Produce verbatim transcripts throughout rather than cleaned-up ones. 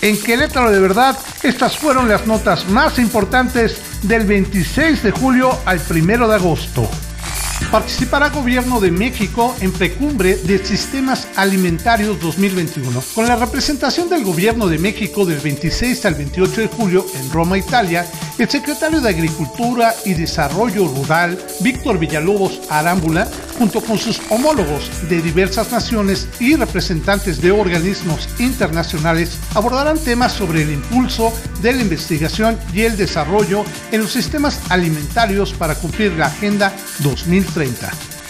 En Querétaro de Verdad, estas fueron las notas más importantes del veintiséis de julio al primero de agosto. Participará Gobierno de México en Precumbre de Sistemas Alimentarios dos mil veintiuno. Con la representación del Gobierno de México del veintiséis al veintiocho de julio en Roma, Italia, el secretario de Agricultura y Desarrollo Rural, Víctor Villalobos Arámbula, junto con sus homólogos de diversas naciones y representantes de organismos internacionales, abordarán temas sobre el impulso de la investigación y el desarrollo en los sistemas alimentarios para cumplir la Agenda dos mil treinta.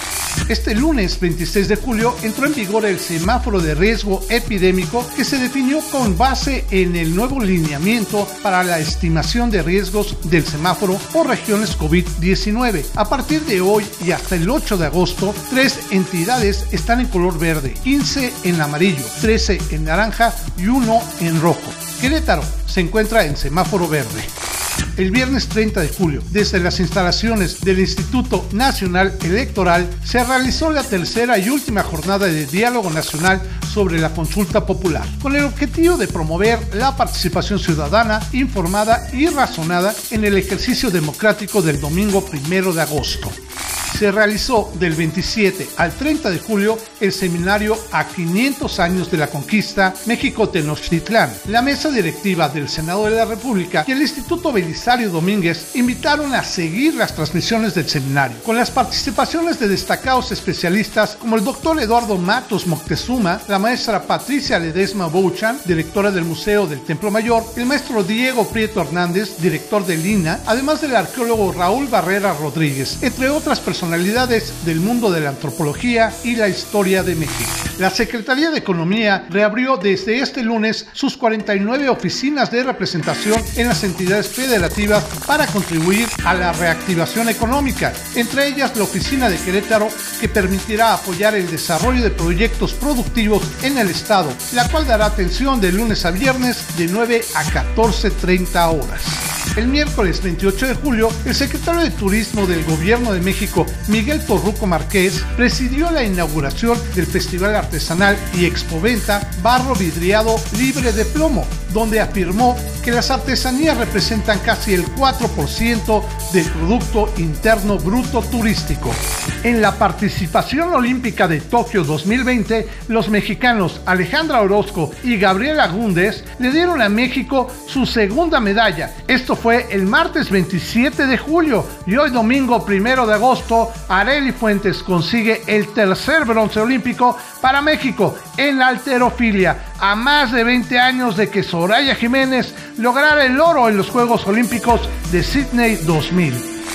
Este lunes veintiséis de julio entró en vigor el semáforo de riesgo epidémico, que se definió con base en el nuevo lineamiento para la estimación de riesgos del semáforo por regiones COVID diecinueve. A partir de hoy y hasta el ocho de agosto, tres entidades están en color verde, quince en amarillo, trece en naranja y uno en rojo. Querétaro se encuentra en semáforo verde. El viernes treinta de julio, desde las instalaciones del Instituto Nacional Electoral, se realizó la tercera y última jornada de diálogo nacional sobre la consulta popular, con el objetivo de promover la participación ciudadana, informada y razonada en el ejercicio democrático del domingo primero de agosto. Se realizó del veintisiete al treinta de julio el seminario A quinientos años de la conquista México-Tenochtitlán. La mesa directiva del Senado de la República y el Instituto Belisario Domínguez invitaron a seguir las transmisiones del seminario, con las participaciones de destacados especialistas como el doctor Eduardo Matos Moctezuma, la maestra Patricia Ledesma Bouchan, directora del Museo del Templo Mayor, el maestro Diego Prieto Hernández, director del I N A, además del arqueólogo Raúl Barrera Rodríguez, entre otras personas personalidades del mundo de la antropología y la historia de México. La Secretaría de Economía reabrió desde este lunes sus cuarenta y nueve oficinas de representación en las entidades federativas para contribuir a la reactivación económica, entre ellas la oficina de Querétaro, que permitirá apoyar el desarrollo de proyectos productivos en el estado, la cual dará atención de lunes a viernes de nueve a catorce treinta horas. El miércoles veintiocho de julio, el secretario de Turismo del Gobierno de México, Miguel Torruco Márquez, presidió la inauguración del Festival Artesanal y Expoventa Barro Vidriado Libre de Plomo, donde afirmó que las artesanías representan casi el cuatro por ciento del Producto Interno Bruto turístico. En la participación olímpica de Tokio dos mil veinte, los mexicanos Alejandra Orozco y Gabriela Gúndez le dieron a México su segunda medalla. Esto fue el martes veintisiete de julio y hoy domingo primero de agosto, Arely Fuentes consigue el tercer bronce olímpico para México en la halterofilia, a más de veinte años de que Soraya Jiménez lograra el oro en los Juegos Olímpicos de Sydney dos mil.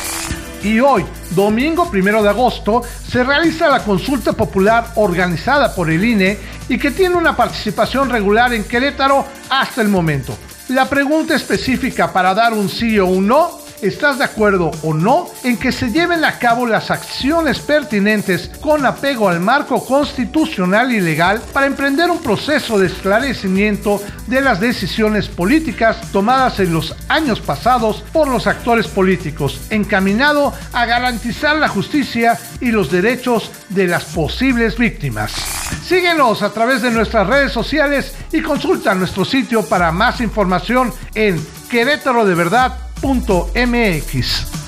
Y hoy, domingo primero de agosto, se realiza la consulta popular organizada por el I N E y que tiene una participación regular en Querétaro hasta el momento. La pregunta específica para dar un sí o un no: ¿estás de acuerdo o no en que se lleven a cabo las acciones pertinentes con apego al marco constitucional y legal para emprender un proceso de esclarecimiento de las decisiones políticas tomadas en los años pasados por los actores políticos, encaminado a garantizar la justicia y los derechos de las posibles víctimas? Síguenos a través de nuestras redes sociales y consulta nuestro sitio para más información en querétaro de verdad punto m x.